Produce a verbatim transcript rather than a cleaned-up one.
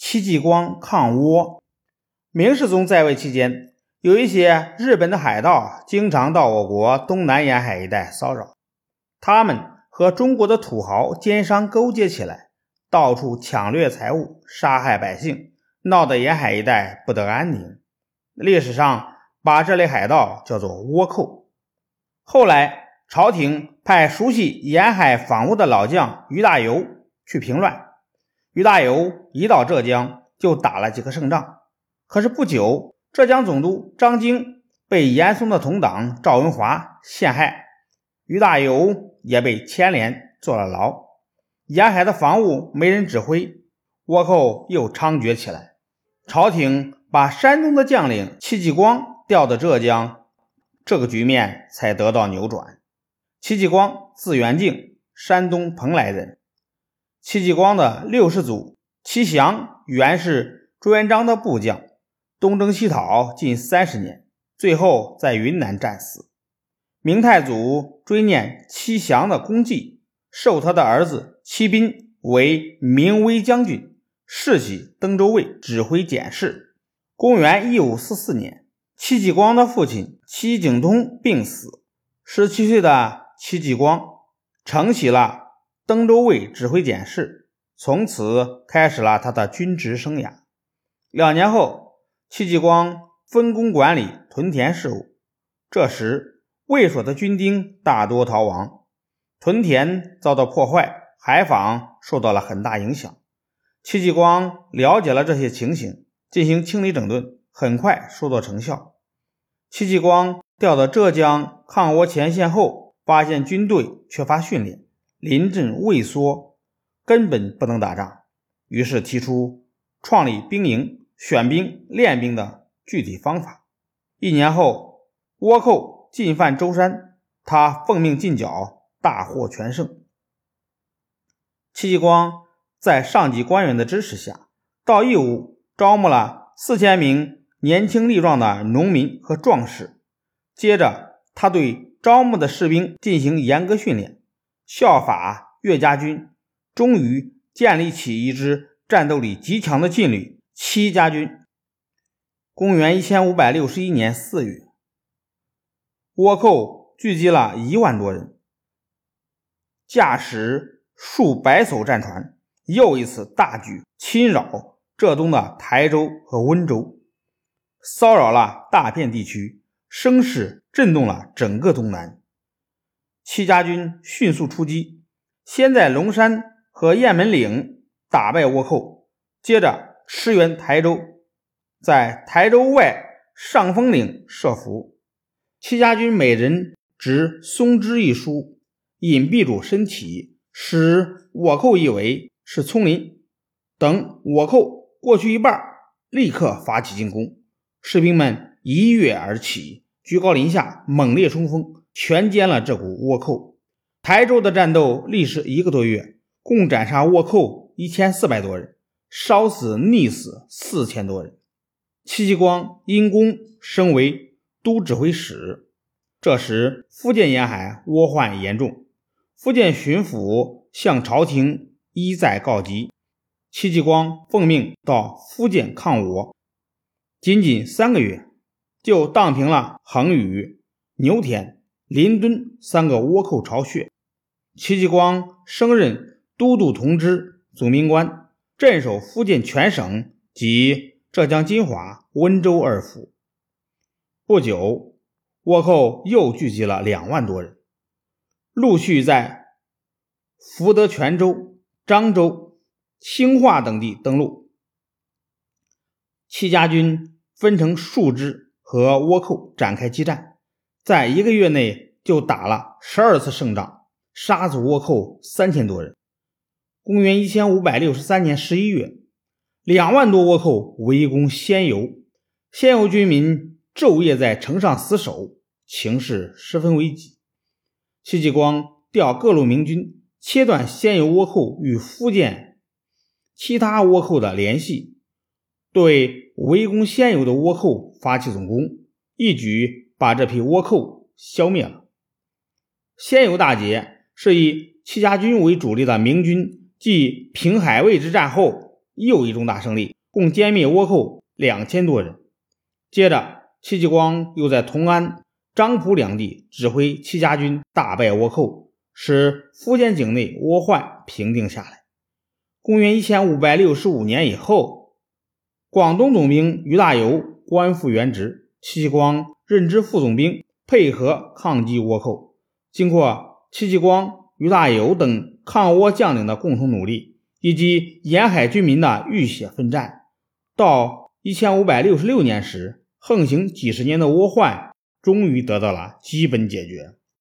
戚继光抗倭。明世宗在位期间，有一些日本的海盗经常到我国东南沿海一带骚扰，他们和中国的土豪奸商勾结起来，到处抢掠财物，杀害百姓，闹得沿海一带不得安宁。历史上把这类海盗叫做倭寇。后来朝廷派熟悉沿海防务的老将于大猷去平乱，于大猷一到浙江就打了几个胜仗。可是不久，浙江总督张经被严嵩的同党赵文华陷害，于大猷也被牵连坐了牢。沿海的防务没人指挥，倭寇又猖獗起来。朝廷把山东的将领戚继光调到浙江，这个局面才得到扭转。戚继光字元敬，山东蓬莱人。戚继光的六世祖戚祥原是朱元璋的部将，东征西讨近三十年，最后在云南战死。明太祖追念戚祥的功绩，授他的儿子戚斌为明威将军，世袭登州卫指挥检事。公元一五四四年，戚继光的父亲戚景通病死，十七岁的戚继光承袭了登州卫指挥检事，从此开始了他的军职生涯。两年后，戚继光分工管理屯田事务，这时卫所的军丁大多逃亡，屯田遭到破坏，海防受到了很大影响。戚继光了解了这些情形，进行清理整顿，很快收到成效。戚继光调到浙江抗倭前线后，发现军队缺乏训练，临阵畏缩，根本不能打仗，于是提出创立兵营、选兵、练兵的具体方法。一年后，倭寇进犯舟山，他奉命进剿，大获全胜。戚继光在上级官员的支持下，到义乌招募了四千名年轻力壮的农民和壮士。接着他对招募的士兵进行严格训练，效法岳家军，终于建立起一支战斗力极强的劲旅戚家军。公元一千五百六十一年四月，倭寇聚集了一万多人，驾驶数百艘战船，又一次大举侵扰浙东的台州和温州，骚扰了大片地区，声势震动了整个东南。戚家军迅速出击，先在龙山和雁门岭打败倭寇，接着驰援台州，在台州外上峰岭设伏。戚家军每人执松枝一束，隐蔽住身体，使倭寇以为是丛林。等倭寇过去一半，立刻发起进攻。士兵们一跃而起，居高临下，猛烈冲锋，全歼了这股倭寇。台州的战斗历时一个多月，共斩杀倭寇一千四百多人，烧死溺死四千多人。戚继光因功升为都指挥使。这时福建沿海倭患严重，福建巡抚向朝廷一再告急，戚继光奉命到福建抗倭，仅仅三个月就荡平了横屿、牛田、临敦三个倭寇巢穴。戚继光升任都督同知、总兵官，镇守福建全省及浙江金华、温州二府。不久，倭寇又聚集了两万多人，陆续在福德泉州、漳州、兴化等地登陆。戚家军分成数支和倭寇展开激战，在一个月内就打了十二次胜仗，杀死倭寇三千多人。公元一千五百六十三年十一月，两万多倭寇围攻仙游，仙游军民昼夜在城上死守，情势十分危急。戚继光调各路明军，切断仙游倭寇与福建其他倭寇的联系，对围攻仙游的倭寇发起总攻，一举把这批倭寇消灭了。仙游大捷是以戚家军为主力的明军继平海卫之战后又一重大胜利， 共歼灭倭寇两千多人。接着戚继光又在同安、漳浦两地指挥戚家军大败倭寇，使福建境内倭患平定下来。公元一千五百六十五年以后，广东总兵于大猷官复原职，戚继光任职副总兵，配合抗击倭寇。经过戚继光、于大猷等抗倭将领的共同努力，以及沿海军民的浴血奋战，到一千五百六十六年时，横行几十年的倭患终于得到了基本解决。